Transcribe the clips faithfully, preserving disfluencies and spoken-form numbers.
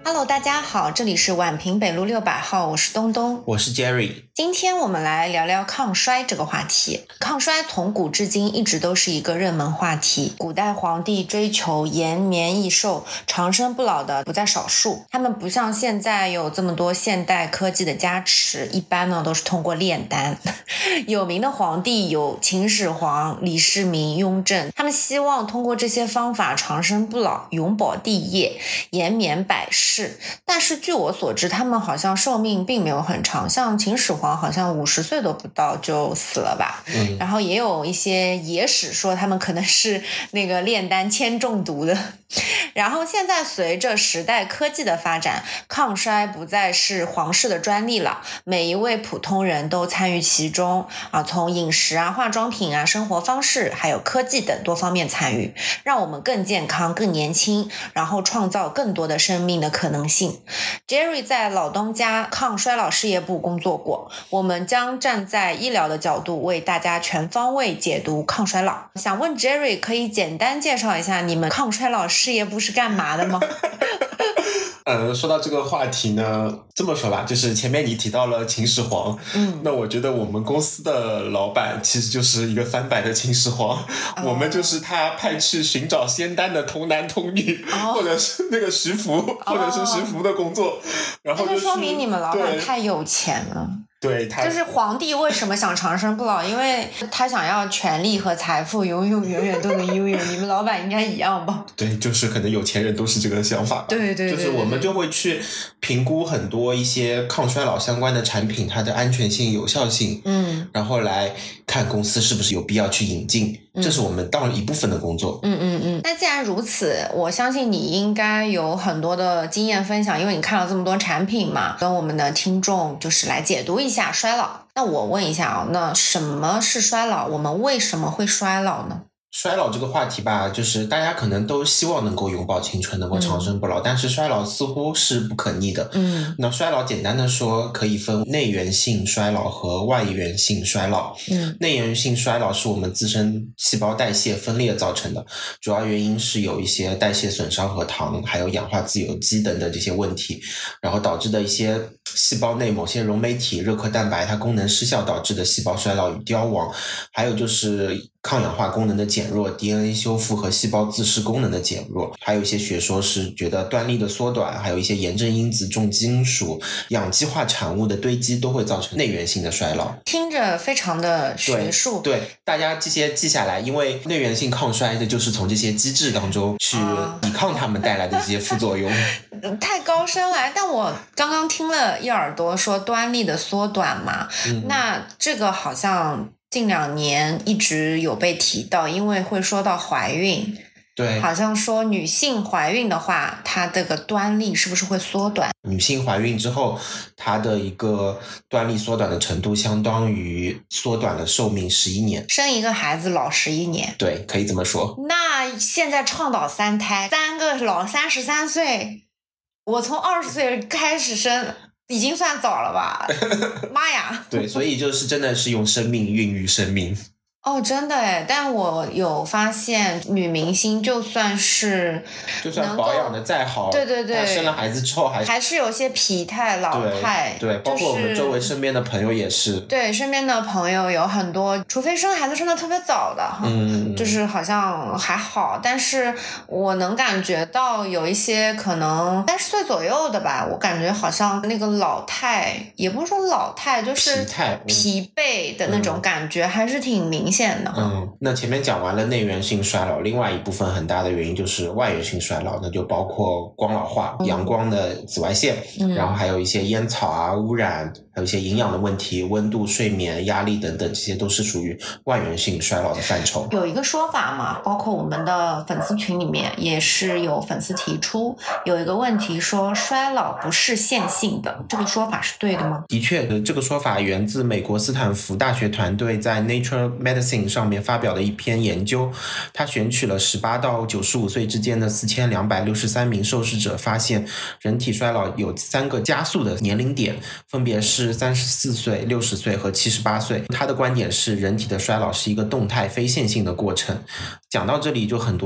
Hello， 大家好，这里是宛平北路六百号，我是东东， 我是 Jerry。 今天我们来聊聊抗衰这个话题。抗衰从古至今一直都是一个热门话题，古代皇帝追求延绵益寿、长生不老的不在少数。他们不像现在有这么多现代科技的加持，一般呢都是通过炼丹。有名的皇帝有秦始皇、李世民、雍正，他们希望通过这些方法长生不老、永保帝业、延绵百世。但是据我所知，他们好像寿命并没有很长，像秦始皇好像五十岁都不到就死了吧、嗯、然后也有一些野史说他们可能是那个炼丹铅中毒的。然后现在随着时代科技的发展，抗衰不再是皇室的专利了，每一位普通人都参与其中啊，从饮食啊、化妆品啊、生活方式还有科技等多方面参与，让我们更健康、更年轻，然后创造更多的生命的可能性。 Jerry 在老东家抗衰老事业部工作过，我们将站在医疗的角度为大家全方位解读抗衰老。想问 Jerry 可以简单介绍一下你们抗衰老事业部是干嘛的吗？ 嗯，说到这个话题呢，这么说吧，就是前面你提到了秦始皇，嗯，那我觉得我们公司的老板其实就是一个翻白的秦始皇、哦、我们就是他派去寻找仙丹的童男童女、哦、或者是那个徐福、哦、或者是徐福的工作，然后、就是、 那就说明你们老板太有钱了。 对，他就是皇帝为什么想长生不老，因为他想要权力和财富永永远远都能拥有。你们老板应该一样吧？ 对，就是可能有钱人都是这个想法吧。 对对 对, 对， 就是我们就会去评估很多一些抗衰老相关的产品，它的安全性、有效性，嗯，然后来看公司是不是有必要去引进，这是我们当然一部分的工作。 嗯嗯嗯。那既然如此，我相信你应该有很多的经验分享，因为你看了这么多产品嘛，跟我们的听众就是来解读一下衰老。那我问一下啊，那什么是衰老？我们为什么会衰老呢？ 衰老这个话题吧，就是大家可能都希望能够永葆青春，能够长生不老、嗯、但是衰老似乎是不可逆的。嗯，那衰老简单的说可以分内源性衰老和外源性衰老。嗯，内源性衰老是我们自身细胞代谢分裂造成的，主要原因是有一些代谢损伤和糖还有氧化自由基等等这些问题，然后导致的一些细胞内某些溶酶体、热克蛋白它功能失效导致的细胞衰老与凋亡，还有就是抗氧化功能的减弱、 D N A 修复和细胞自噬功能的减弱，还有一些学说是觉得端粒的缩短，还有一些炎症因子、重金属、氧基化产物的堆积都会造成内源性的衰老。 听着非常的学术。 对, 对大家这些记下来，因为内源性抗衰的就是从这些机制当中去抵抗它们带来的这些副作用、啊、 太高深了。但我刚刚听了一耳朵说端粒的缩短嘛、嗯、那这个好像近两年一直有被提到，因为会说到怀孕。 对， 好像说女性怀孕的话，她这个端粒是不是会缩短？ 女性怀孕之后，她的一个端粒缩短的程度相当于缩短了寿命十一年， 生一个孩子老十一年。 对，可以这么说。 那现在倡导三胎，三个老三十三岁，我从二十岁开始生已经算早了吧？妈呀！ 对，所以就是真的是用生命孕育生命。 哦，真的耶。但我有发现女明星就算是就算保养的再好， 对对对， 她生了孩子之后还是还是有些疲态老态。 对, 对、就是、包括我们周围身边的朋友也是。 对，身边的朋友有很多，除非生孩子生的特别早的，嗯，就是好像还好，但是我能感觉到有一些可能三十岁左右的吧，我感觉好像那个老态，也不是说老态，就是疲态、 疲惫的那种感觉、嗯、还是挺明显的。 嗯，那前面讲完了内源性衰老，另外一部分很大的原因就是外源性衰老，那就包括光老化、嗯、阳光的紫外线、嗯、然后还有一些烟草啊、污染，还有一些营养的问题、温度、睡眠、压力等等，这些都是属于外源性衰老的范畴。 有一个说法嘛，包括我们的粉丝群里面也是有粉丝提出有一个问题，说衰老不是线性的，这个说法是对的吗？ 的确，这个说法源自美国斯坦福大学团队在 Nature Medicine 上面发表的一篇研究，他选取了十八到九十五岁之间的四千两百六十三名受试者，发现人体衰老有三个加速的年龄点，分别是三十四岁、六十岁和七十八岁。他的观点是人体的衰老是一个动态非线性的过程。讲到这里就很多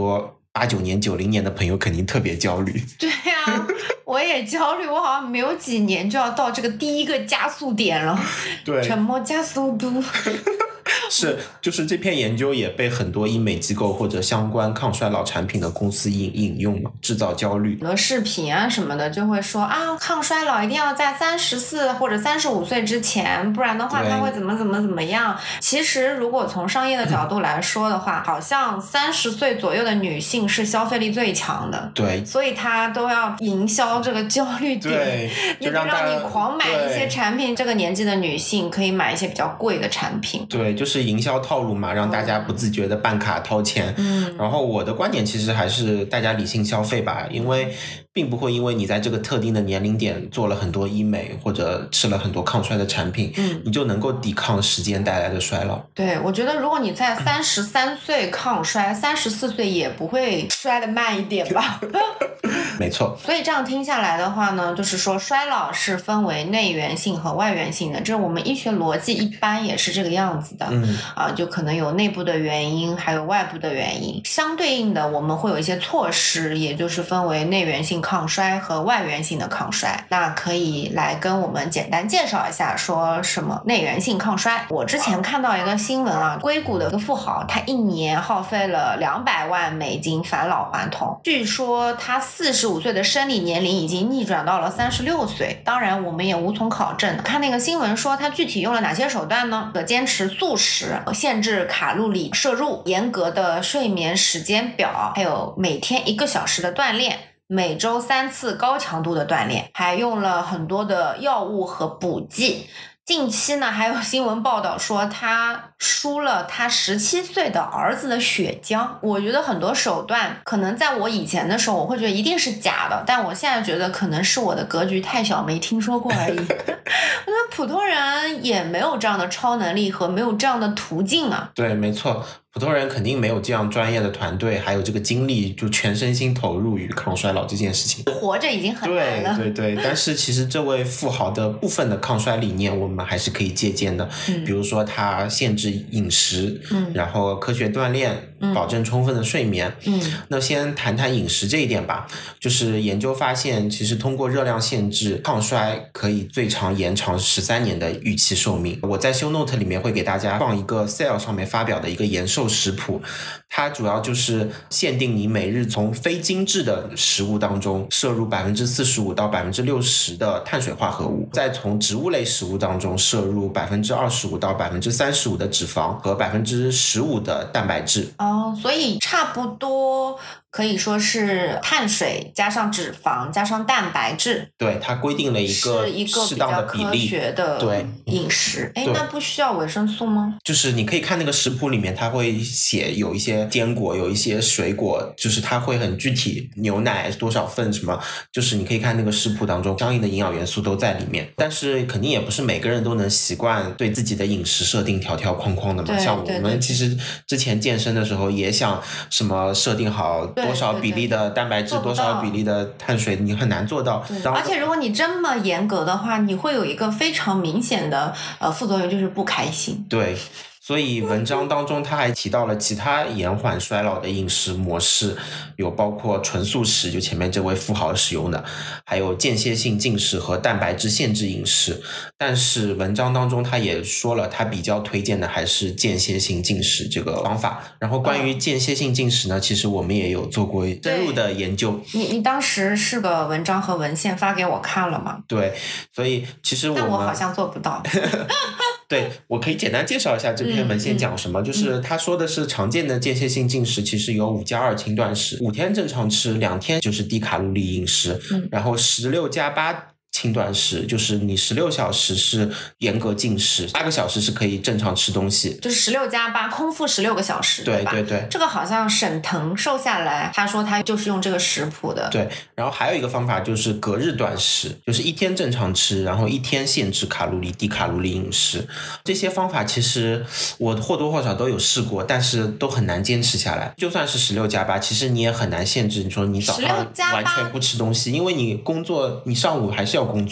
八九年、九零年的朋友肯定特别焦虑。 对呀、啊，我也焦虑，我好像没有几年就要到这个第一个加速点了。 对， 沉默加速度。 是，就是这篇研究也被很多医美机构或者相关抗衰老产品的公司引引用嘛，制造焦虑。 很多视频啊什么的就会说啊，抗衰老一定要在三十四或者三十五岁之前，不然的话它会怎么怎么怎么样。其实如果从商业的角度来说的话，好像三十岁左右的女性是消费力最强的。 对， 所以它都要营销这个焦虑点， 对，就让让你狂买一些产品。这个年纪的女性可以买一些比较贵的产品。 对，就是营销套路嘛，让大家不自觉的办卡掏钱。嗯，然后我的观点其实还是大家理性消费吧，因为并不会因为你在这个特定的年龄点做了很多医美或者吃了很多抗衰的产品，嗯，你就能够抵抗时间带来的衰老。 对，我觉得如果你在三十三岁抗衰，三十四岁也不会衰得慢一点吧。 没错。 所以这样听下来的话呢，就是说衰老是分为内源性和外源性的，这我们医学逻辑一般也是这个样子的。嗯，啊，就可能有内部的原因，还有外部的原因。相对应的，我们会有一些措施，也就是分为内源性抗衰和外源性的抗衰。那可以来跟我们简单介绍一下，说什么内源性抗衰。我之前看到一个新闻啊，硅谷的一个富豪，他一年耗费了两百万美金返老还童，据说他四十五岁的生理年龄已经逆转到了三十六岁。当然我们也无从考证，看那个新闻说他具体用了哪些手段呢？可坚持素食，限制卡路里摄入，严格的睡眠时间表，还有每天一个小时的锻炼，每周三次高强度的锻炼，还用了很多的药物和补剂。近期呢，还有新闻报道说他输了他十七岁的儿子的血浆。我觉得很多手段可能在我以前的时候我会觉得一定是假的，但我现在觉得可能是我的格局太小没听说过而已。我觉得普通人也没有这样的超能力和没有这样的途径啊。 对，没错，普通人肯定没有这样专业的团队还有这个精力就全身心投入于抗衰老这件事情， 活着已经很难了。 对对对，但是其实这位富豪的部分的抗衰理念我们还是可以借鉴的。嗯，比如说他限制饮食，嗯，然后科学锻炼，嗯，保证充分的睡眠。嗯，那先谈谈饮食这一点吧。就是研究发现，其实通过热量限制抗衰可以最长延长十三年的预期寿命。我在 show note 里面会给大家放一个 Cell 上面发表的一个延寿食谱，它主要就是限定你每日从非精致的食物当中摄入 百分之四十五 到 百分之六十 的碳水化合物，再从植物类食物当中摄入 百分之二十五 到 百分之三十五 的脂肪和 百分之十五 的蛋白质。 哦，所以差不多可以说是碳水加上脂肪加上蛋白质。 对，它规定了一个适当的比例， 是一个比较科学的饮食。哎，那不需要维生素吗？ 就是你可以看那个食谱里面，它会写有一些坚果，有一些水果，就是它会很具体，牛奶多少份什么，就是你可以看那个食谱当中相应的营养元素都在里面。但是肯定也不是每个人都能习惯对自己的饮食设定条条框框的嘛。像我们其实之前健身的时候也想什么设定好多少比例的蛋白质，多少比例的碳水，你很难做到。 而且如果你这么严格的话，你会有一个非常明显的呃副作用，就是不开心。 对，所以文章当中他还提到了其他延缓衰老的饮食模式，有包括纯素食，就前面这位富豪使用的，还有间歇性进食和蛋白质限制饮食。但是文章当中他也说了，他比较推荐的还是间歇性进食这个方法。然后关于间歇性进食呢，其实我们也有做过深入的研究。 你你当时是个文章和文献发给我看了吗？ 对，所以其实我们但我好像做不到。 对，我可以简单介绍一下这篇文献讲什么。嗯嗯、就是他说的是常见的间歇性进食其实有五加二轻断食，五天正常吃，两天就是低卡路里饮食，嗯、然后十六加八轻断食，就是你十六小时是严格禁食，八个小时是可以正常吃东西， 就是十六加八，空腹十六个小时， 对吧？ 对对， 这个好像沈腾瘦下来，他说他就是用这个食谱的。 对，然后还有一个方法就是隔日断食，就是一天正常吃，然后一天限制卡路里，低卡路里饮食。这些方法其实我或多或少都有试过，但是都很难坚持下来。就算是十六加八，其实你也很难限制，你说你早上完全不吃东西，因为你工作，你上午还是要工作。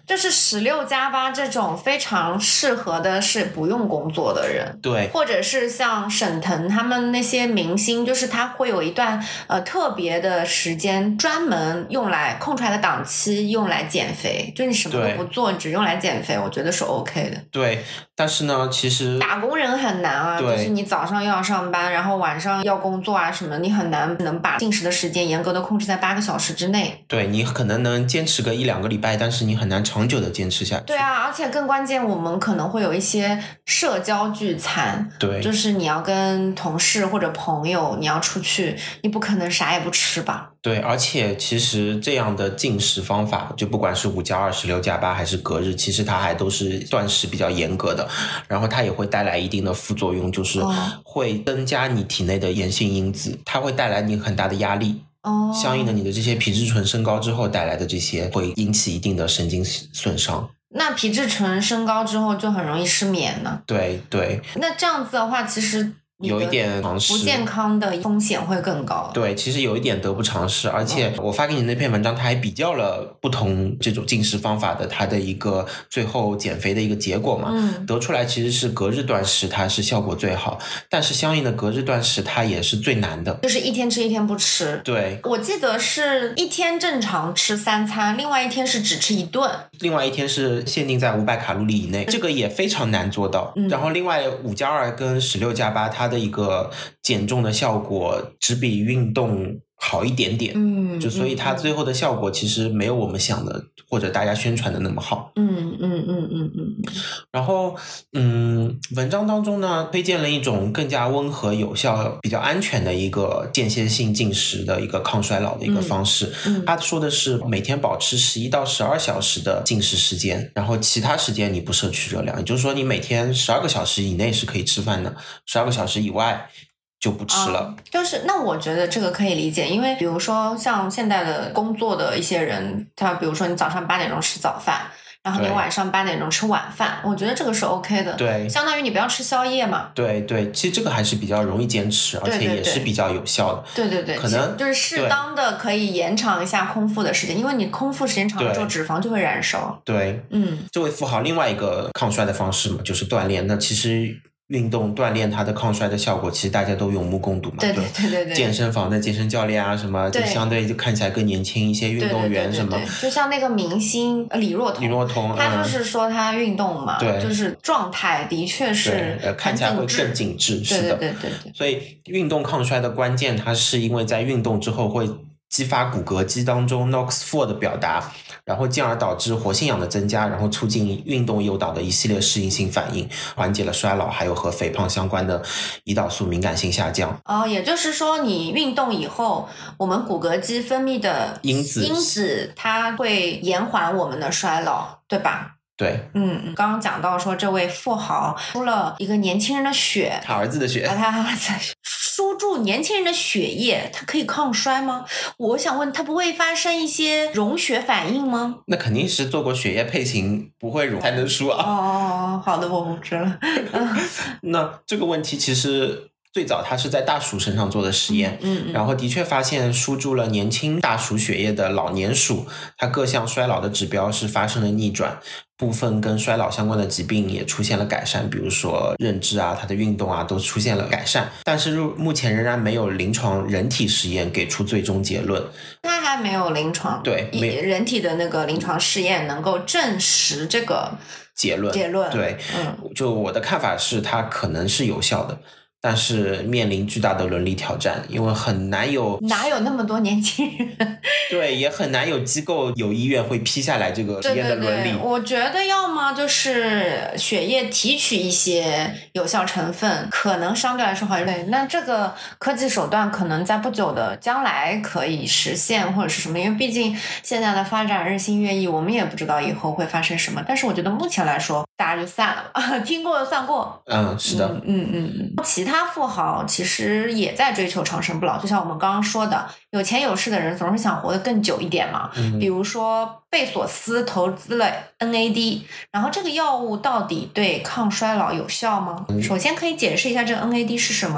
就是十六加八这种非常适合的是不用工作的人， 对， 或者是像沈腾他们那些明星，就是他会有一段呃特别的时间专门用来空出来的档期用来减肥，就你什么都不做，只用来减肥，我觉得是 OK 的。 对，但是呢，其实打工人很难啊，就是你早上又要上班，然后晚上要工作啊什么，你很难能把进食的时间严格的控制在八个小时之内。 对，你可能能坚持个一两个礼拜，但是你很难长久的坚持下去。 对啊，而且更关键，我们可能会有一些社交聚餐， 对， 就是你要跟同事或者朋友，你要出去，你不可能啥也不吃吧？ 对，而且其实这样的进食方法，就不管是五加二、十六加八还是隔日，其实它还都是断食比较严格的，然后它也会带来一定的副作用，就是会增加你体内的炎性因子，它会带来你很大的压力。 哦， 相应的，你的这些皮质醇升高之后带来的这些会引起一定的神经损伤。 那皮质醇升高之后就很容易失眠呢？ 对对。 那这样子的话，其实有一点不健康的风险会更高。 对，其实有一点得不偿失，而且我发给你那篇文章，它还比较了不同这种进食方法的它的一个最后减肥的一个结果嘛， 嗯， 得出来其实是隔日断食它是效果最好，但是相应的隔日断食它也是最难的， 就是一天吃一天不吃。 对， 我记得是一天正常吃三餐，另外一天是只吃一顿， 另外一天是限定在五百卡路里以内，这个也非常难做到。 嗯、 然后另外五加二跟十六加八，它的一个减重的效果只比运动好一点点， 嗯， 就所以它最后的效果其实没有我们想的或者大家宣传的那么好。 嗯嗯嗯嗯嗯。 然后，嗯，文章当中呢，推荐了一种更加温和、有效、比较安全的一个间歇性进食的一个抗衰老的一个方式。 嗯， 他说的是每天保持十一到十二小时的进食时间，然后其他时间你不摄取热量，也就是说你每天十二个小时以内是可以吃饭的，十二个小时以外就不吃了、 啊、就是那我觉得这个可以理解，因为比如说像现在的工作的一些人，他比如说你早上八点钟吃早饭，然后你晚上八点钟吃晚饭，我觉得这个是 OK 的， 对， 相当于你不要吃宵夜嘛。 对对，其实这个还是比较容易坚持，而且也是比较有效的。 对对对， 可能就是适当的可以延长一下空腹的时间，因为你空腹时间长了之后，脂肪就会燃烧。 对， 嗯， 这位富豪另外一个抗衰的方式嘛，就是锻炼。那其实运动锻炼它的抗衰的效果，其实大家都有目共睹嘛。 对对对对对。 健身房的健身教练啊，什么就相对就看起来更年轻一些，运动员什么， 对对对对，就像那个明星李若彤， 李若彤， 他就是说他运动嘛， 对， 就是状态的确是呃看起来会更紧致，是的， 对对对对。 所以运动抗衰的关键，它是因为在运动之后会激发骨骼肌当中 N O X 四 的表达，然后进而导致活性氧的增加，然后促进运动诱导的一系列适应性反应，缓解了衰老，还有和肥胖相关的胰岛素敏感性下降。 哦，也就是说你运动以后，我们骨骼肌分泌的因子因子它会延缓我们的衰老，对吧？ 对， 嗯，刚刚讲到说这位富豪输了一个年轻人的血， 他儿子的血， 啊，他儿子输注年轻人的血液，它可以抗衰吗？我想问，它不会发生一些溶血反应吗？ 那肯定是做过血液配型，不会溶才能输啊。 哦，好的，我不知了。 那这个问题其实最早他是在大鼠身上做的实验， 嗯，嗯然后的确发现输注了年轻大鼠血液的老年鼠，它各项衰老的指标是发生了逆转，部分跟衰老相关的疾病也出现了改善，比如说认知啊，它的运动啊都出现了改善，但是目前仍然没有临床人体实验给出最终结论。 它还没有临床， 对， 人体的那个临床试验能够证实这个结论。 结论， 对， 嗯， 就我的看法是它可能是有效的，但是面临巨大的伦理挑战，因为很难有哪有那么多年轻人对，也很难有机构有医院会批下来这个实验的伦理。 对对对，我觉得要么就是血液提取一些有效成分，可能相对来说好一点。那这个科技手段可能在不久的将来可以实现或者是什么，因为毕竟现在的发展日新月异，我们也不知道以后会发生什么。但是我觉得目前来说，大家就散了吧，听过就算过。 嗯，是的， 嗯嗯嗯嗯。其他富豪其实也在追求长生不老，就像我们刚刚说的，有钱有势的人总是想活得更久一点嘛。 嗯、 比如说贝索斯投资了 N A D， 然后这个药物到底对抗衰老有效吗？嗯、首先可以解释一下这个 N A D 是什么吗？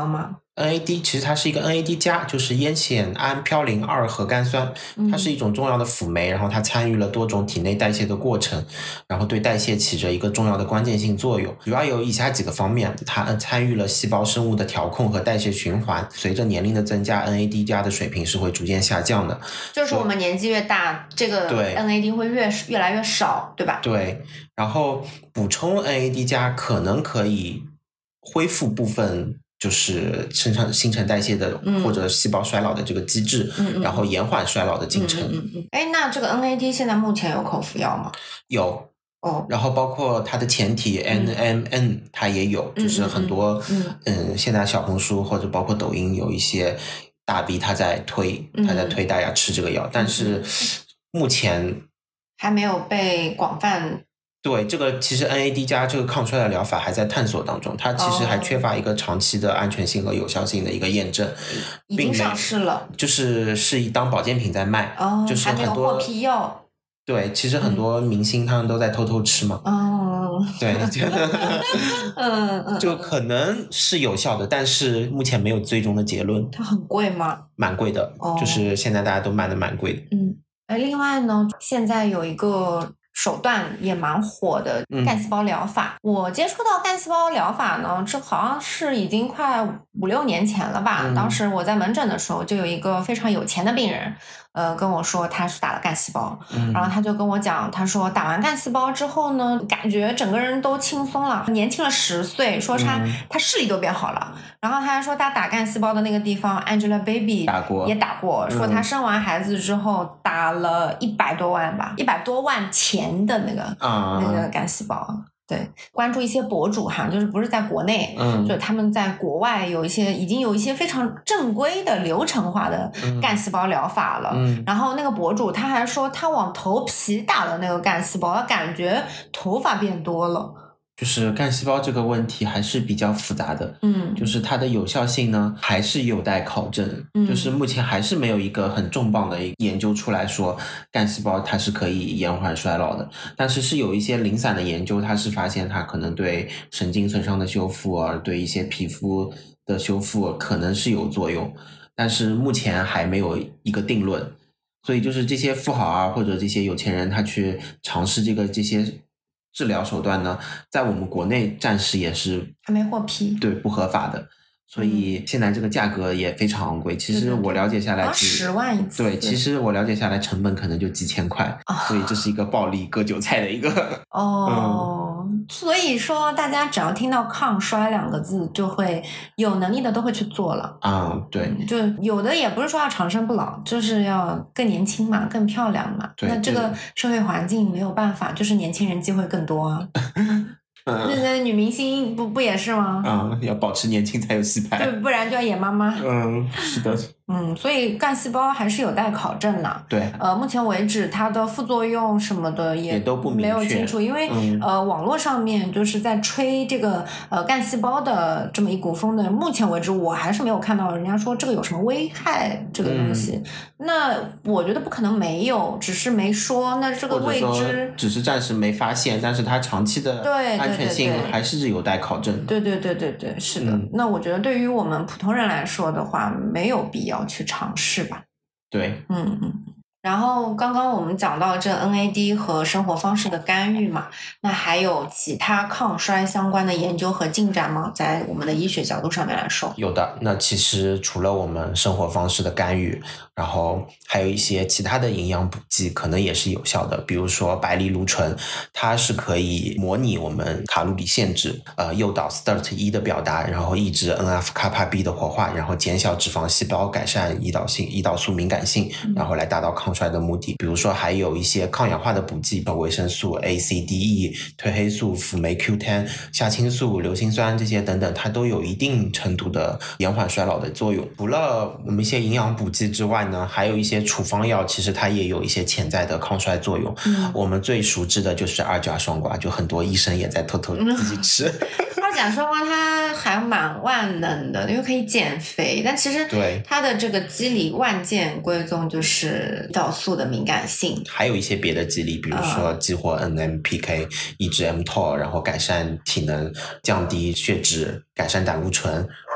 N A D 其实它是一个 N A D 加，就是烟酰胺嘌呤二核苷酸，它是一种重要的辅酶，然后它参与了多种体内代谢的过程，然后对代谢起着一个重要的关键性作用。主要有以下几个方面，它参与了细胞生物的调控和代谢循环。随着年龄的增加 ，N A D 加的水平是会逐渐下降的。 就是我们年纪越大，这个 N A D 会越越来越少，对吧？ 对，然后补充 N A D 加可能可以恢复部分就是生产新陈代谢的、嗯、或者细胞衰老的这个机制，嗯嗯然后延缓衰老的进程。 嗯嗯嗯哎，那这个 N A D 现在目前有口服药吗？ 有。 哦， 然后包括它的前体 N M N 它也有，嗯、就是很多 嗯, 嗯现在小红书或者包括抖音有一些大 V 他在推，他在推大家吃这个药，嗯、但是目前还没有被广泛。 对，这个其实 N A D 加这个抗衰的疗法还在探索当中，它其实还缺乏一个长期的安全性和有效性的一个验证。 已经上市了， 就是是以当保健品在卖， 哦、 就是很多还没有获批药。 对，其实很多明星他们都在偷偷吃嘛。 哦， 对， 嗯嗯， 就可能是有效的，但是目前没有最终的结论。 它很贵吗？ 蛮贵的，哦、就是现在大家都卖的蛮贵的。 嗯，哎，另外呢，现在有一个手段也蛮火的干细胞疗法、嗯、我接触到干细胞疗法呢，这好像是已经快五六年前了吧、嗯、当时我在门诊的时候就有一个非常有钱的病人呃，跟我说他是打了干细胞、嗯、然后他就跟我讲，他说打完干细胞之后呢，感觉整个人都轻松了，年轻了十岁，说他、嗯、他视力都变好了。然后他还说他打干细胞的那个地方 Angelababy 打过也打过、嗯、说他生完孩子之后打了一百多万吧，一百多万钱的那个、 嗯、 那个干细胞。对，关注一些博主哈，就是不是在国内，嗯，就他们在国外有一些已经有一些非常正规的流程化的干细胞疗法了。嗯，然后那个博主他还说，他往头皮打的那个干细胞，他感觉头发变多了。 就是干细胞这个问题还是比较复杂的，嗯，就是它的有效性呢还是有待考证，嗯，就是目前还是没有一个很重磅的研究出来说干细胞它是可以延缓衰老的，但是是有一些零散的研究，它是发现它可能对神经损伤的修复啊，对一些皮肤的修复可能是有作用，但是目前还没有一个定论，所以就是这些富豪啊或者这些有钱人他去尝试这个这些治疗手段呢，在我们国内暂时也是还没获批， 对，不合法的，所以现在这个价格也非常昂贵。其实我了解下来， 十万一次。 对，其实我了解下来成本可能就几千块，哦、所以这是一个暴利割韭菜的一个。 哦、嗯，所以说大家只要听到抗衰两个字，就会有能力的都会去做了。 啊、嗯，对， 就有的也不是说要长生不老，就是要更年轻嘛，更漂亮嘛。 对， 那这个社会环境没有办法，就是年轻人机会更多啊。那那女明星不不也是吗？ 嗯，要保持年轻才有戏拍， 对，不然就要演妈妈。 嗯，是的。 嗯，所以干细胞还是有待考证啦。 对， 呃，目前为止它的副作用什么的也也都不没有清楚，因为、嗯、呃，网络上面就是在吹这个呃干细胞的这么一股风的，目前为止我还是没有看到人家说这个有什么危害这个东西。嗯、那我觉得不可能没有，只是没说，那这个未知， 只是暂时没发现，但是它长期的安全性还是有待考证。 对对对对对，是的。嗯、那我觉得对于我们普通人来说的话，没有必要去尝试吧。 对， 嗯嗯。然后刚刚我们讲到这 N A D 和生活方式的干预嘛，那还有其他抗衰相关的研究和进展吗？在我们的医学角度上面来说， 有的。那其实除了我们生活方式的干预，然后还有一些其他的营养补剂可能也是有效的，比如说白藜芦醇，它是可以模拟我们卡路里限制，呃，诱导 S T A R T 一 的表达，然后抑制 N F kappa B 的活化，然后减小脂肪细胞，改善胰岛性胰岛素敏感性，然后来达到抗衰的目的。比如说还有一些抗氧化的补剂，维生素 A C D E、 褪黑素、辅酶 Q 十、 虾青素、硫辛酸这些等等，它都有一定程度的延缓衰老的作用。除了我们一些营养补剂之外呢，还有一些处方药，其实它也有一些潜在的抗衰作用。嗯、我们最熟知的就是二甲双胍，就很多医生也在偷偷自己吃。 嗯、二甲双胍它还蛮万能的，因为可以减肥，但其实它的这个机理万剑归宗就是胰岛素的敏感性， 还有一些别的机理，比如说激活 N M P K、抑制 mTOR， 然后改善体能，降低血脂，改善胆固醇，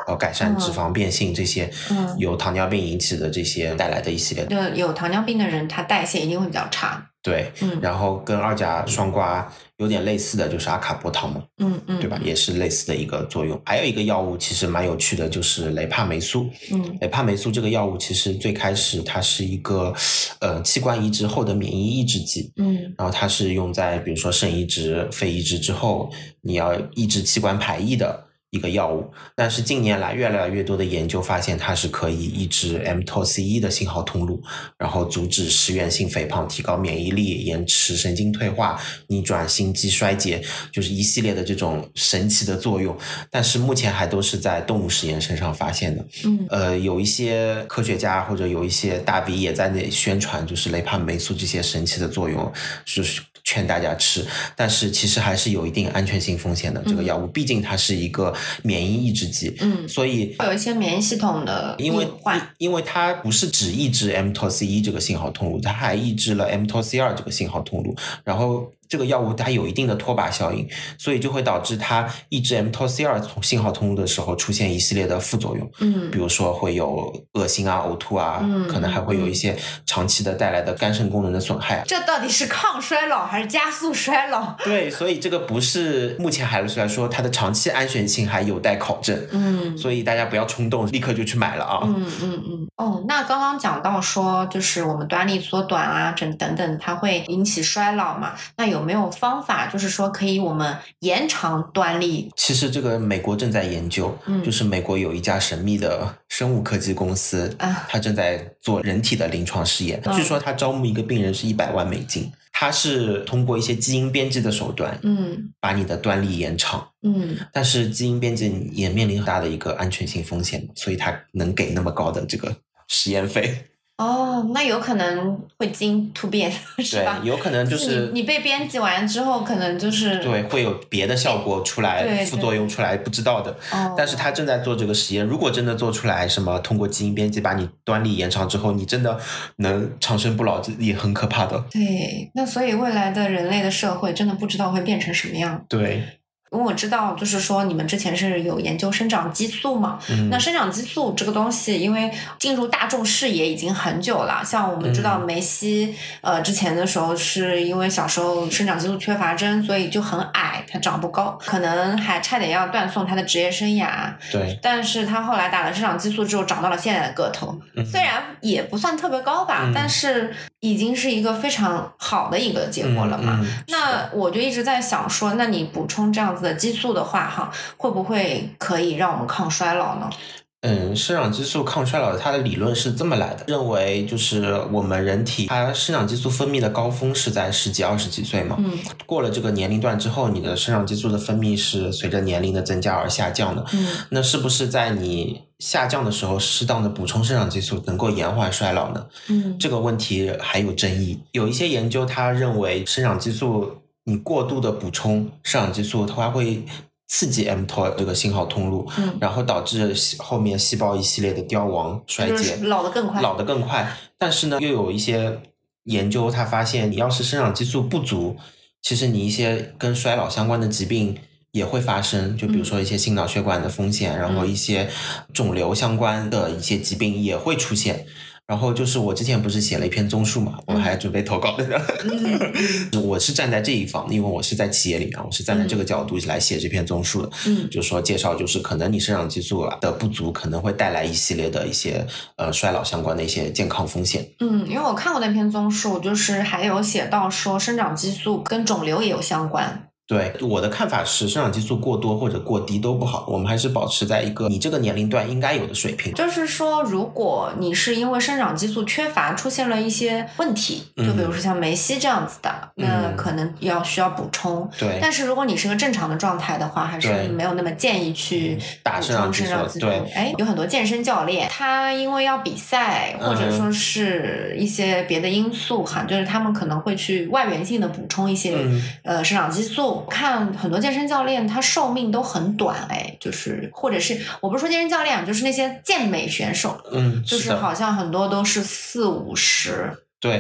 呃改善脂肪变性、嗯、这些由糖尿病引起的这些带来的一系列的。 就有糖尿病的人他代谢一定会比较差。 对、嗯、然后跟二甲双胍有点类似的就是阿卡波糖嘛， 嗯嗯， 对吧，也是类似的一个作用。还有一个药物其实蛮有趣的，就是雷帕霉素。嗯，雷帕霉素这个药物其实最开始它是一个呃器官移植后的免疫抑制剂。嗯，然后它是用在比如说肾移植、肺移植之后，你要抑制器官排异的一个药物。但是近年来越来越多的研究发现它是可以抑制 M T O C 一 的信号通路，然后阻止食源性肥胖，提高免疫力，延迟神经退化，逆转心肌衰竭，就是一系列的这种神奇的作用。但是目前还都是在动物实验身上发现的。嗯，呃，有一些科学家或者有一些大 V 也在那宣传就是雷帕霉素这些神奇的作用，就是劝大家吃，但是其实还是有一定安全性风险的。这个药物毕竟它是一个免疫抑制剂，嗯，所以会有一些免疫系统的因为因为它不是只抑制 M T O C 一 这个信号通路，它还抑制了 M T O C 二 这个信号通路，然后这个药物它有一定的拖把效应，所以就会导致它抑制 M T O C 二 信号通路的时候出现一系列的副作用，嗯，比如说会有恶心啊、呕吐啊，嗯，可能还会有一些长期的带来的肝肾功能的损害。 这到底是抗衰老还是加速衰老？ 对，所以这个不是目前还来说它的长期安全性还有待考证，嗯，所以大家不要冲动立刻就去买了啊。 嗯嗯嗯。哦，那刚刚讲到说就是我们端粒缩短啊等等等它会引起衰老嘛，那有没有方法就是说可以我们延长端粒？ 其实这个美国正在研究，嗯，就是美国有一家神秘的生物科技公司，啊，它正在做人体的临床试验，嗯，据说它招募一个病人是一百万美金，它是通过一些基因编辑的手段，嗯，把你的端粒延长，嗯，但是基因编辑也面临很大的一个安全性风险，所以它能给那么高的这个实验费。 哦，那有可能会基因突变是吧？ 对，有可能就是、 就是你, 你被编辑完之后可能就是对会有别的效果出来， 对对副作用出来不知道的，哦，但是他正在做这个实验，如果真的做出来什么通过基因编辑把你端粒延长之后你真的能长生不老，也很可怕的。 对，那所以未来的人类的社会真的不知道会变成什么样。 对， 因为我知道就是说你们之前是有研究生长激素嘛，嗯，那生长激素这个东西因为进入大众视野已经很久了，像我们知道梅西，嗯，呃之前的时候是因为小时候生长激素缺乏症，所以就很矮，他长不高，可能还差点要断送他的职业生涯。 对， 但是他后来打了生长激素之后长到了现在的个头，嗯，虽然也不算特别高吧，嗯，但是已经是一个非常好的一个结果了嘛，嗯嗯，那我就一直在想说那你补充这样子的激素的话哈，会不会可以让我们抗衰老呢？ 嗯，生长激素抗衰老它的理论是这么来的，认为就是我们人体它生长激素分泌的高峰是在十几二十几岁嘛，嗯，过了这个年龄段之后，你的生长激素的分泌是随着年龄的增加而下降的，嗯，那是不是在你下降的时候适当的补充生长激素能够延缓衰老呢？嗯，这个问题还有争议，有一些研究他认为生长激素你过度的补充生长激素它会刺激 M T O 这个信号通路，嗯，然后导致后面细胞一系列的凋亡衰竭， 就是老得更快老得更快。但是呢又有一些研究他发现你要是生长激素不足，其实你一些跟衰老相关的疾病也会发生，就比如说一些心脑血管的风险，嗯，然后一些肿瘤相关的一些疾病也会出现。然后就是我之前不是写了一篇综述嘛，我还准备投稿的呢，嗯，我是站在这一方，因为我是在企业里面，我是站在这个角度来写这篇综述的，嗯，就是说介绍就是可能你生长激素的不足可能会带来一系列的一些呃衰老相关的一些健康风险。 嗯，因为我看过那篇综述，就是还有写到说生长激素跟肿瘤也有相关。 对，我的看法是生长激素过多或者过低都不好，我们还是保持在一个你这个年龄段应该有的水平。 就是说如果你是因为生长激素缺乏出现了一些问题，就比如说像梅西这样子的，嗯，那可能要需要补充。 对， 但是如果你是个正常的状态的话，还是没有那么建议去打生长激素。对， 哎，有很多健身教练他因为要比赛，或者说是一些别的因素哈，嗯，就是他们可能会去外源性的补充一些，嗯，呃生长激素。看很多健身教练他寿命都很短，哎，就是或者是我不是说健身教练，就是那些健美选手， 嗯， 就是好像很多都是四五十。 对，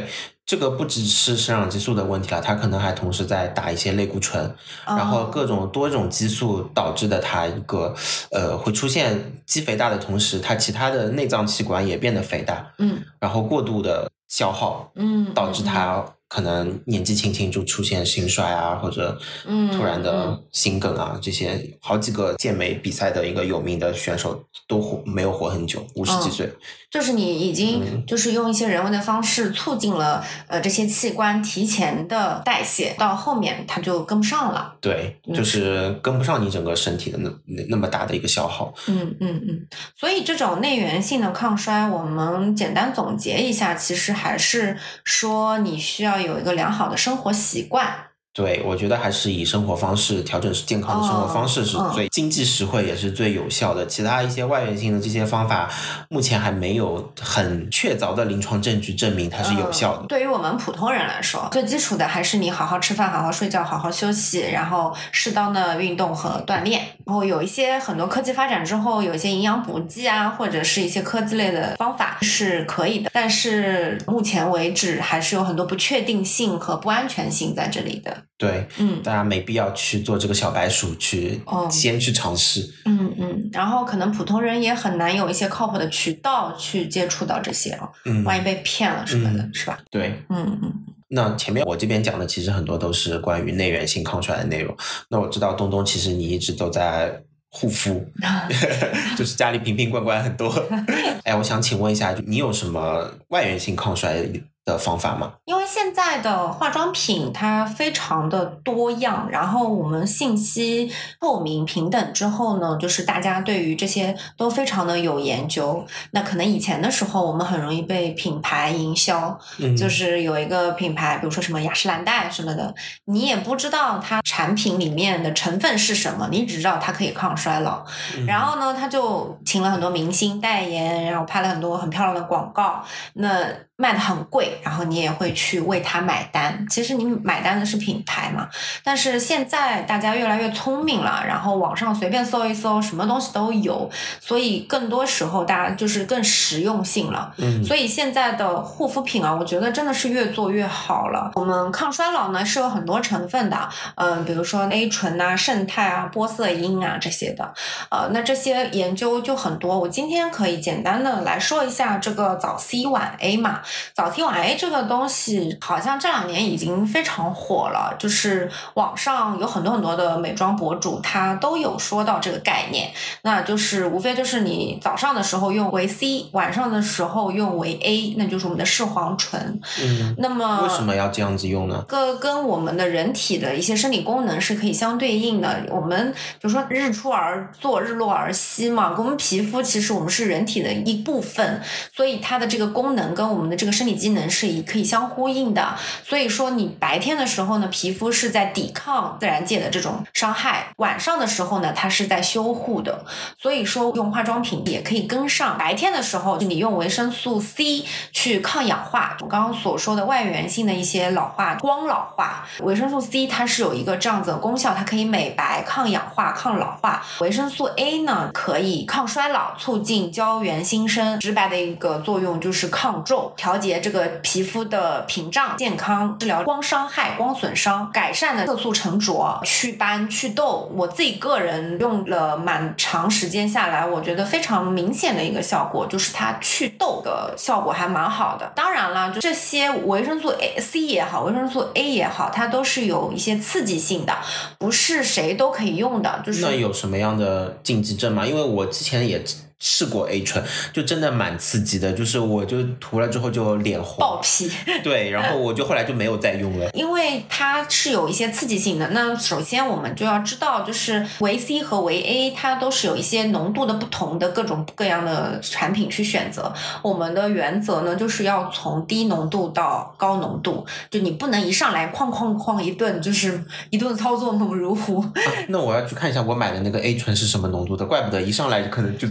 这个不只是生长激素的问题了，它可能还同时在打一些类固醇，哦、然后各种多种激素导致的它一个呃会出现肌肥大的同时，它其他的内脏器官也变得肥大， 嗯， 然后过度的消耗， 嗯， 导致它可能年纪轻轻就出现心衰啊，或者突然的心梗啊，嗯嗯、这些好几个健美比赛的一个有名的选手都活没有活很久，五十几岁。 嗯就是你已经就是用一些人为的方式促进了、嗯、呃这些器官提前的代谢，到后面它就跟不上了。 对，就是跟不上你整个身体的那那么大的一个消耗。 嗯嗯嗯。所以这种内源性的抗衰，我们简单总结一下，其实还是说你需要有一个良好的生活习惯。 对，我觉得还是以生活方式调整健康的生活方式是最经济实惠也是最有效的。其他一些外源性的这些方法，目前还没有很确凿的临床证据证明它是有效的。 嗯、对于我们普通人来说，最基础的还是你好好吃饭、好好睡觉、好好休息，然后适当的运动和锻炼。然后有一些很多科技发展之后，有一些营养补剂啊，或者是一些科技类的方法是可以的，但是目前为止还是有很多不确定性和不安全性在这里的。 对，嗯，大家没必要去做这个小白鼠，去、哦、先去尝试。 嗯嗯，然后可能普通人也很难有一些靠谱的渠道去接触到这些哦，嗯，万一被骗了什么的，嗯、是吧？ 对， 嗯嗯。 那前面我这边讲的其实很多都是关于内源性抗衰的内容。那我知道东东其实你一直都在护肤，就是家里瓶瓶罐罐很多。哎，我想请问一下，你有什么外源性抗衰的方法吗？ 因为现在的化妆品它非常的多样，然后我们信息透明平等之后呢，就是大家对于这些都非常的有研究。那可能以前的时候我们很容易被品牌营销、嗯、就是有一个品牌比如说什么雅诗兰黛什么的，你也不知道它产品里面的成分是什么，你只知道它可以抗衰老、嗯、然后呢他就请了很多明星代言，然后拍了很多很漂亮的广告，那卖得很贵，然后你也会去为它买单。其实你买单的是品牌嘛，但是现在大家越来越聪明了，然后网上随便搜一搜，什么东西都有，所以更多时候大家就是更实用性了。嗯，所以现在的护肤品啊，我觉得真的是越做越好了。我们抗衰老呢是有很多成分的，嗯、呃，比如说 A 醇啊、胜肽啊、玻色因啊这些的，呃，那这些研究就很多。我今天可以简单的来说一下这个早 C 晚 A 嘛。早 C 晚 A 这个东西好像这两年已经非常火了，就是网上有很多很多的美妆博主他都有说到这个概念，那就是无非就是你早上的时候用维 C， 晚上的时候用维 A， 那就是我们的视黄醇。嗯，那么为什么要这样子用呢？ 这跟我们的人体的一些生理功能是可以相对应的。我们比如说日出而作日落而息嘛，我们皮肤其实我们是人体的一部分，所以它的这个功能跟我们的这个生理机能是可以相呼应的。所以说你白天的时候呢，皮肤是在抵抗自然界的这种伤害，晚上的时候呢它是在修护的。所以说用化妆品也可以跟上，白天的时候你用维生素 C 去抗氧化，我刚刚所说的外源性的一些老化光老化，维生素 C 它是有一个这样子的功效，它可以美白、抗氧化、抗老化。维生素 A 呢可以抗衰老，促进胶原新生，直白的一个作用就是抗皱，调节这个皮肤的屏障健康，治疗光伤害、光损伤，改善的色素沉着，祛斑祛痘。我自己个人用了蛮长时间下来，我觉得非常明显的一个效果就是它祛痘的效果还蛮好的。当然了，就这些维生素 C 也好，维生素 A 也好，它都是有一些刺激性的，不是谁都可以用的。就是那有什么样的禁忌症吗？因为我之前也试过 A 醇，就真的蛮刺激的，就是我就涂了之后就脸红爆皮， 对，然后我就后来就没有再用了。 因为它是有一些刺激性的。那首先我们就要知道，就是维 C 和维 A 它都是有一些浓度的不同的各种各样的产品去选择。我们的原则呢就是要从低浓度到高浓度，就你不能一上来哐哐哐一顿就是一顿操作猛如虎、 啊、那我要去看一下我买的那个 A 醇是什么浓度的，怪不得一上来可能就就那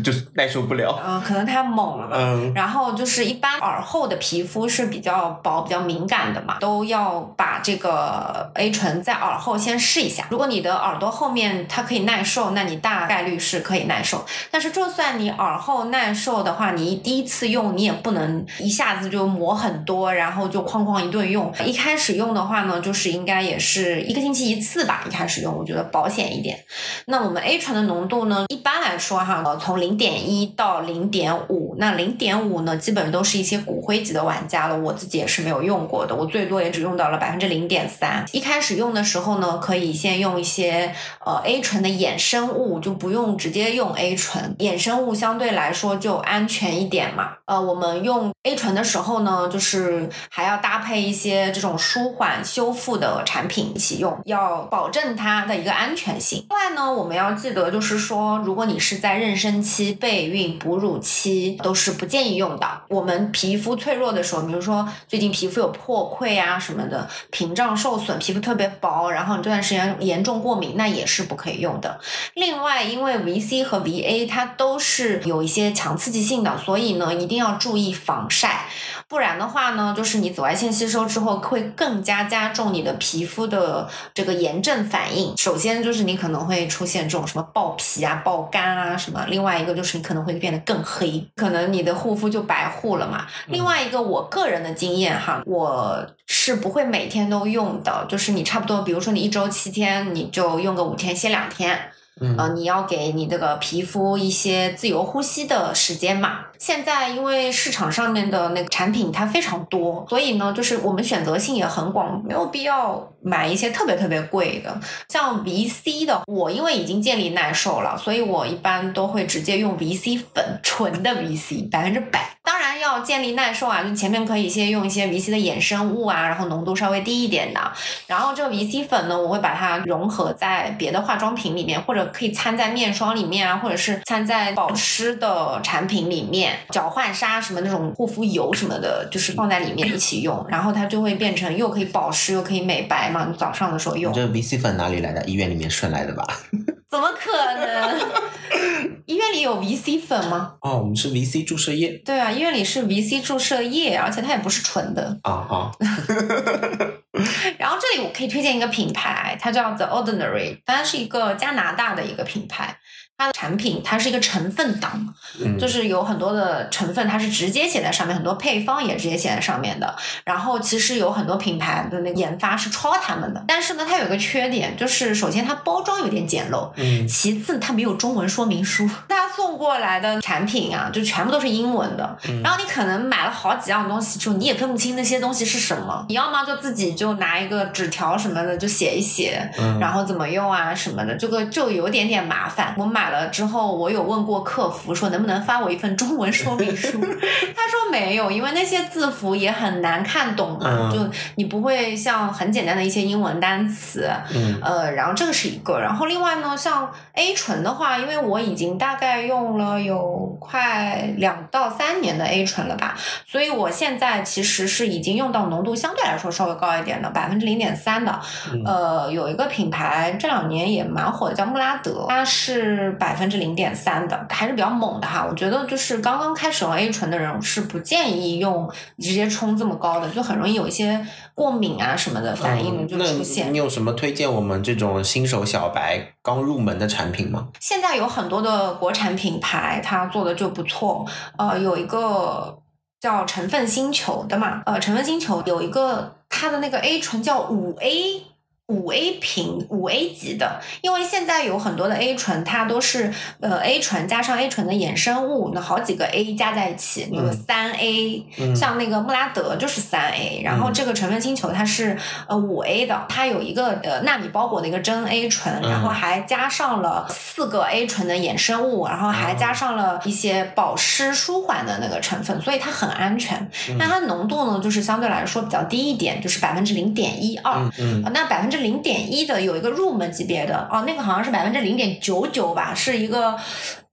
耐受不了。 嗯、呃，可能太猛了吧。 嗯。 然后就是一般耳后的皮肤是比较薄、比较敏感的嘛，都要把这个 A 醇在耳后先试一下。如果你的耳朵后面它可以耐受，那你大概率是可以耐受。但是就算你耳后耐受的话，你第一次用你也不能一下子就抹很多，然后就哐哐一顿用。一开始用的话呢，就是应该也是一个星期一次吧，一开始用我觉得保险一点。那我们 A 醇的浓度呢，一般来说哈，从零点一到零点五，那零点五呢基本都是一些骨灰级的玩家了，我自己也是没有用过的，我最多也只用到了百分之零点三。一开始用的时候呢，可以先用一些呃 A 醇的衍生物，就不用直接用 A 醇，衍生物相对来说就安全一点嘛。呃，我们用 A 醇的时候呢，就是还要搭配一些这种舒缓修复的产品一起用，要保证它的一个安全性。另外呢，我们要记得就是说，如果你是在妊娠期、备孕、哺乳期都是不建议用的。我们皮肤脆弱的时候，比如说最近皮肤有破溃啊什么的，屏障受损，皮肤特别薄，然后你这段时间严重过敏，那也是不可以用的。另外，因为 V C 和 V A 它都是有一些强刺激性的，所以呢一定要注意防晒，不然的话呢，就是你紫外线吸收之后会更加加重你的皮肤的这个炎症反应。首先就是你可能会出现这种什么爆皮啊、爆干啊什么，另外一个就是你可能会变得更黑，可能你的护肤就白护了嘛。另外一个我个人的经验哈，我是不会每天都用的，就是你差不多比如说你一周七天，你就用个五天歇两天。 嗯、 呃，你要给你这个皮肤一些自由呼吸的时间嘛。现在因为市场上面的那个产品它非常多，所以呢，就是我们选择性也很广，没有必要买一些特别特别贵的。像 V C 的，我因为已经建立耐受了，所以我一般都会直接用 V C 粉，纯的 V C， 百分之百。当然要建立耐受啊，就前面可以先用一些 V C 的衍生物啊，然后浓度稍微低一点的。然后这个 V C 粉呢，我会把它融合在别的化妆品里面，或者可以掺在面霜里面啊，或者是掺在保湿的产品里面，角焕纱什么那种护肤油什么的，就是放在里面一起用，然后它就会变成又可以保湿又可以美白嘛，你早上的时候用。 你这 V C 粉哪里来的？医院里面顺来的吧？ 怎么可能？医院里有 V C 粉吗？ 哦，我们是 V C 注射液。 对啊，医院里是 V C 注射液，而且它也不是纯的。 啊好。 然后这里我可以推荐一个品牌，它叫 The Ordinary， 它是一个加拿大的一个品牌。它的产品它是一个成分党、嗯、就是有很多的成分它是直接写在上面，很多配方也直接写在上面的。然后其实有很多品牌的那个研发是抄他们的，但是呢它有一个缺点，就是首先它包装有点简陋、嗯、其次它没有中文说明书，它送过来的产品啊就全部都是英文的、嗯、然后你可能买了好几样东西之后你也分不清那些东西是什么，你要么就自己就拿一个纸条什么的就写一写、嗯、然后怎么用啊什么的，这个就有点点麻烦。我买买了之后，我有问过客服说能不能发我一份中文说明书，他说没有，因为那些字符也很难看懂嘛、嗯、就你不会像很简单的一些英文单词、嗯、呃，然后这个是一个。然后另外呢，像 A 醇的话，因为我已经大概用了有快两到三年的 A 醇了吧，所以我现在其实是已经用到浓度相对来说稍微高一点的百分之零点三的、嗯、呃，有一个品牌这两年也蛮火的叫穆拉德，它是百分之零点三的，还是比较猛的哈。我觉得就是刚刚开始用 A 醇的人是不建议用直接冲这么高的，就很容易有一些过敏啊什么的反应就出现、 嗯、那你有什么推荐我们这种新手小白刚入门的产品吗？ 现在有很多的国产品牌它做的就不错，呃，有一个叫成分星球的嘛，呃，成分星球有一个它的那个 A 醇叫五 A五 A 瓶五 A 级的，因为现在有很多的 A 醇它都是呃 A 醇加上 A 醇的衍生物，那好几个 A 加在一起，那个三 A、嗯、像那个穆拉德就是三 A、嗯、然后这个成分星球它是呃五 A 的，它有一个呃纳米包裹的一个真 A 醇、嗯、然后还加上了四个 A 醇的衍生物，然后还加上了一些保湿舒缓的那个成分，所以它很安全、嗯、那它浓度呢就是相对来说比较低一点，就是百分之零点一二，那百分之零点一的有一个入门级别的哦，那个好像是百分之零点九九吧，是一个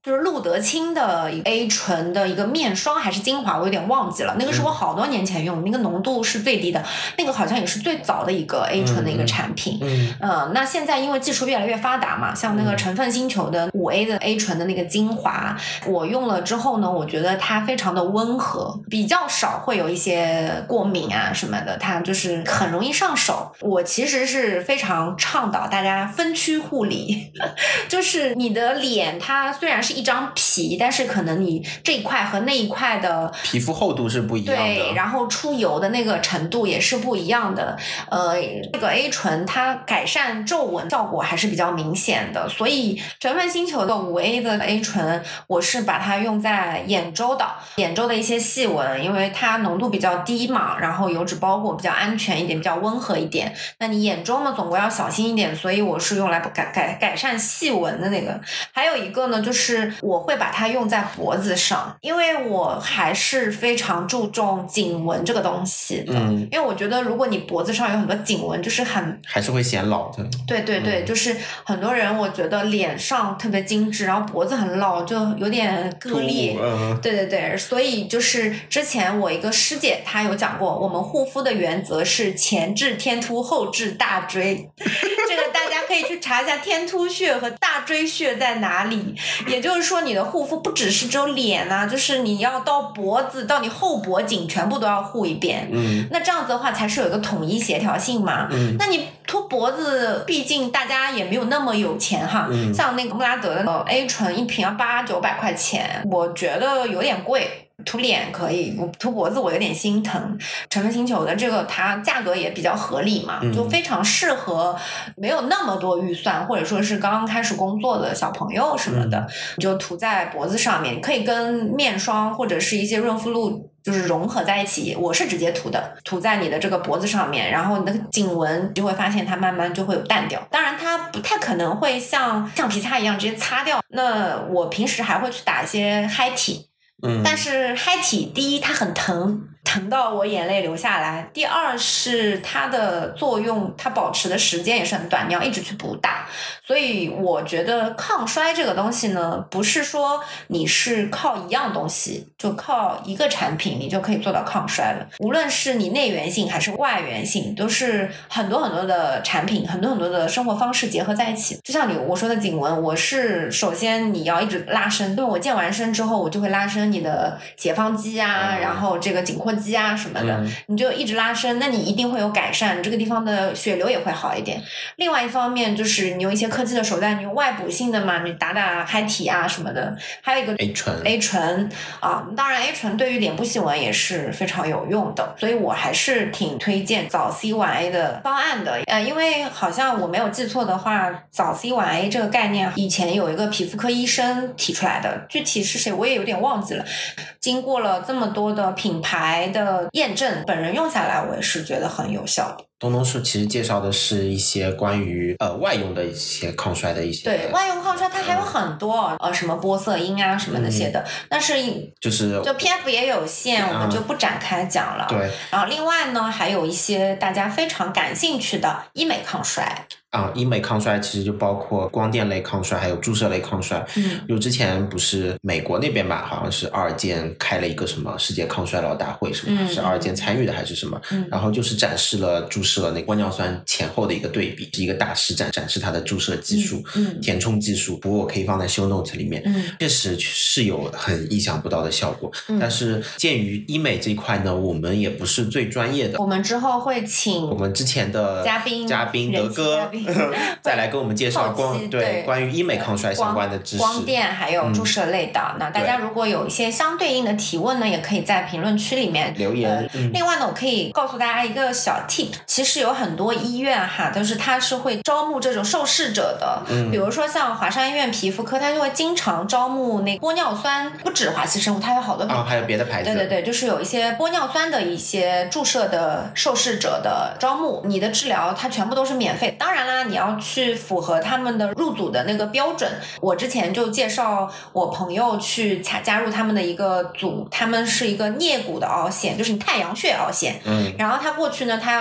就是路德清的 A 醇的一个面霜还是精华，我有点忘记了，那个是我好多年前用的，那个浓度是最低的，那个好像也是最早的一个 A 醇的一个产品。嗯，呃，那现在因为技术越来越发达嘛，像那个成分星球的五 A 的 A 醇的那个精华，我用了之后呢，我觉得它非常的温和，比较少会有一些过敏啊什么的，它就是很容易上手。我其实是非常倡导大家分区护理，就是你的脸它虽然是一张皮，但是可能你这一块和那一块的皮肤厚度是不一样的， 对，然后出油的那个程度也是不一样的。呃，这个 A 醇它改善皱纹效果还是比较明显的，所以成分星球的五 A 的 A 醇，我是把它用在眼周的，眼周的一些细纹，因为它浓度比较低嘛，然后油脂包裹比较安全一点，比较温和一点。那你眼周呢，总归要小心一点，所以我是用来改改改善细纹的那个。还有一个呢，就是我会把它用在脖子上，因为我还是非常注重颈纹这个东西的。嗯，因为我觉得如果你脖子上有很多颈纹，就是很还是会显老的。 对对对，嗯、就是很多人我觉得脸上特别精致，然后脖子很老，就有点割裂。嗯、对对对，所以就是之前我一个师姐她有讲过，我们护肤的原则是前置天突，后置大椎。这个大家可以去查一下天突穴和大椎穴在哪里。也就是说，你的护肤不只是只有脸啊，就是你要到脖子，到你后脖颈全部都要护一遍。嗯，那这样子的话才是有一个统一协调性嘛。嗯，那你涂脖子，毕竟大家也没有那么有钱哈。嗯，像那个穆拉德的 A 醇一瓶要八九百块钱，我觉得有点贵。涂脸可以，我涂脖子我有点心疼。成分星球的这个它价格也比较合理嘛，嗯、就非常适合没有那么多预算，或者说是刚刚开始工作的小朋友什么的，嗯、你就涂在脖子上面，可以跟面霜或者是一些润肤露就是融合在一起。我是直接涂的，涂在你的这个脖子上面，然后你的颈纹就会发现它慢慢就会有淡掉。当然它不太可能会像橡皮擦一样直接擦掉，那我平时还会去打一些嗨体。嗯，但是嗨体第一它很疼，疼到我眼泪流下来。第二是它的作用，它保持的时间也是很短，你要一直去补打。所以我觉得抗衰这个东西呢，不是说你是靠一样东西，就靠一个产品你就可以做到抗衰了。无论是你内源性还是外源性，都是很多很多的产品，很多很多的生活方式结合在一起。就像你我说的颈纹，我是首先你要一直拉伸，因为我健完身之后我就会拉伸你的斜方肌啊，嗯、然后这个颈阔肌啊什么的，嗯、你就一直拉伸，那你一定会有改善，这个地方的血流也会好一点。另外一方面就是你用一些科技的手段，你用外补性的嘛，你打打嗨体啊什么的。还有一个 A 醇 A 醇啊，当然 A 醇对于脸部细纹也是非常有用的，所以我还是挺推荐早 C 晚 A 的方案的。呃，因为好像我没有记错的话，早 C 晚 A 这个概念以前有一个皮肤科医生提出来的，具体是谁我也有点忘记了。经过了这么多的品牌的验证，本人用下来我也是觉得很有效的。 东东是其实介绍的是一些关于呃外用的一些抗衰的一些， 对，外用抗衰它还有很多、嗯、呃什么玻色因啊什么那些的、嗯、但是就是就篇幅也有限、嗯、我们就不展开讲了。 对， 然后另外呢还有一些大家非常感兴趣的医美抗衰啊，医美抗衰其实就包括光电类抗衰还有注射类抗衰。嗯，就之前不是美国那边吧，好像是二健开了一个什么世界抗衰老大会什么、嗯、是二健参与的还是什么、嗯、然后就是展示了注射那玻尿酸前后的一个对比，是一个大师展展示它的注射技术、嗯嗯、填充技术，不过我可以放在 show note 里面。嗯，确实是有很意想不到的效果、嗯、但是鉴于医美这一块呢我们也不是最专业的， 我们之后会请我们之前的嘉宾嘉宾德哥再来跟我们介绍光 对, 对关于医美抗衰相关的知识， 光电还有注射类的、嗯、那大家如果有一些相对应的提问呢，也可以在评论区里面留言、呃嗯、 另外呢我可以告诉大家一个小 tip， 其实有很多医院哈，都是它是会招募这种受试者的、嗯、比如说像华山医院皮肤科，它就会经常招募那玻尿酸，不止华西生物，它有好多品牌、 哦、还有别的牌子， 对对对，就是有一些玻尿酸的一些注射的受试者的招募，你的治疗它全部都是免费，当然啦你要去符合他们的入组的那个标准。我之前就介绍我朋友去加入他们的一个组，他们是一个颞骨的凹陷，就是你太阳穴凹陷，嗯，然后他过去呢他要先评估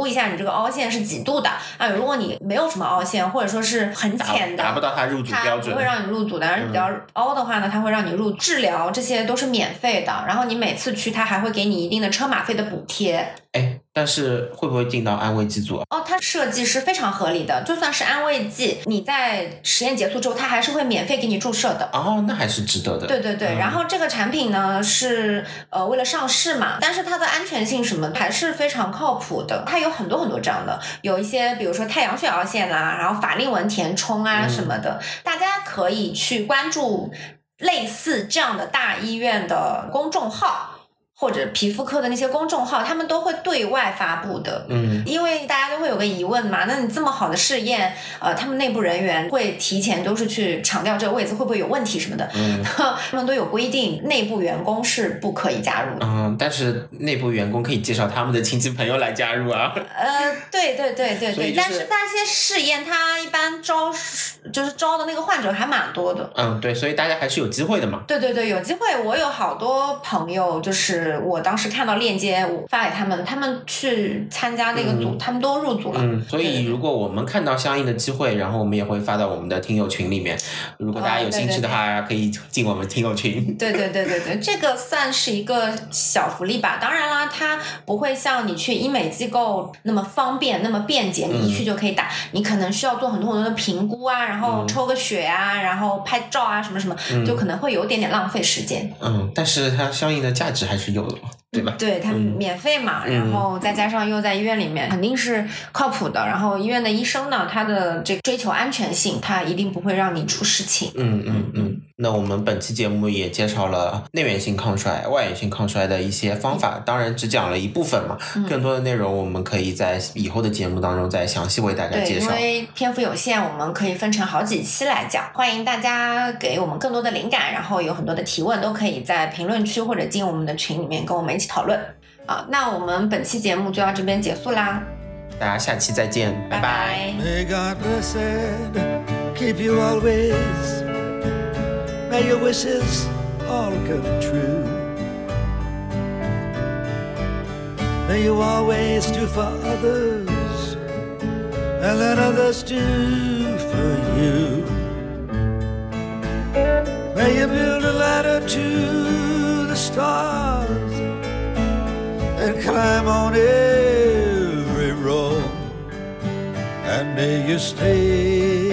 估一下你这个凹陷是几度的啊。如果你没有什么凹陷，或者说是很浅的， 达不到它入组标准， 它不会让你入组的。但是比较凹的话呢，它会让你入治疗，这些都是免费的。然后你每次去，它还会给你一定的车马费的补贴。 哎，但是会不会进到安慰剂组啊？ 哦，它设计是非常合理的，就算是安慰剂，你在实验结束之后，它还是会免费给你注射的。 哦，那还是值得的。 对对对，嗯、然后这个产品呢是呃为了上市嘛，但是它的安全性什么还是非常靠谱的。它有很多很多这样的，有一些比如说太阳穴凹陷啦，然后法令纹填充啊什么的，嗯、大家可以去关注类似这样的大医院的公众号。或者皮肤科的那些公众号，他们都会对外发布的。嗯，因为大家都会有个疑问嘛，那你这么好的试验，呃，他们内部人员会提前都是去强调这个位置会不会有问题什么的。嗯，他们都有规定，内部员工是不可以加入的。 嗯，但是内部员工可以介绍他们的亲戚朋友来加入啊。 呃，对对对对对， 就是、 但是那些试验他一般招就是招的那个患者还蛮多的。 嗯，对，所以大家还是有机会的嘛。 对对对，有机会。我有好多朋友就是。我当时看到链接，我发给他们，他们去参加那个组，嗯、他们都入组了。 嗯，所以如果我们看到相应的机会，然后我们也会发到我们的听友群里面。如果大家有兴趣的话，哦、对对对可以进我们听友群。 对对对对对，这个算是一个小福利吧。当然啦，它不会像你去医美机构那么方便、那么便捷，你一去就可以打。嗯、你可能需要做很多很多的评估啊，然后抽个血啊，嗯、然后拍照啊，什么什么，嗯、就可能会有点点浪费时间。 嗯，但是它相应的价值还是有的。对吧？ 对，它免费嘛，嗯、然后再加上又在医院里面，肯定是靠谱的。然后医院的医生呢，他的这个追求安全性，他一定不会让你出事情。 嗯嗯嗯。那我们本期节目也介绍了内源性抗衰、外源性抗衰的一些方法，当然只讲了一部分嘛，嗯、更多的内容我们可以在以后的节目当中再详细为大家介绍。 对，因为篇幅有限，我们可以分成好几期来讲。欢迎大家给我们更多的灵感，然后有很多的提问都可以在评论区或者进我们的群里面跟我们一起讨论。好，那我们本期节目就到这边结束啦， 大家下期再见，拜拜。 May God bless and keep you always. May your wishes all come true. May you always do for others and let others do for you. May you build a ladder to the stars and climb on every road, and may you stay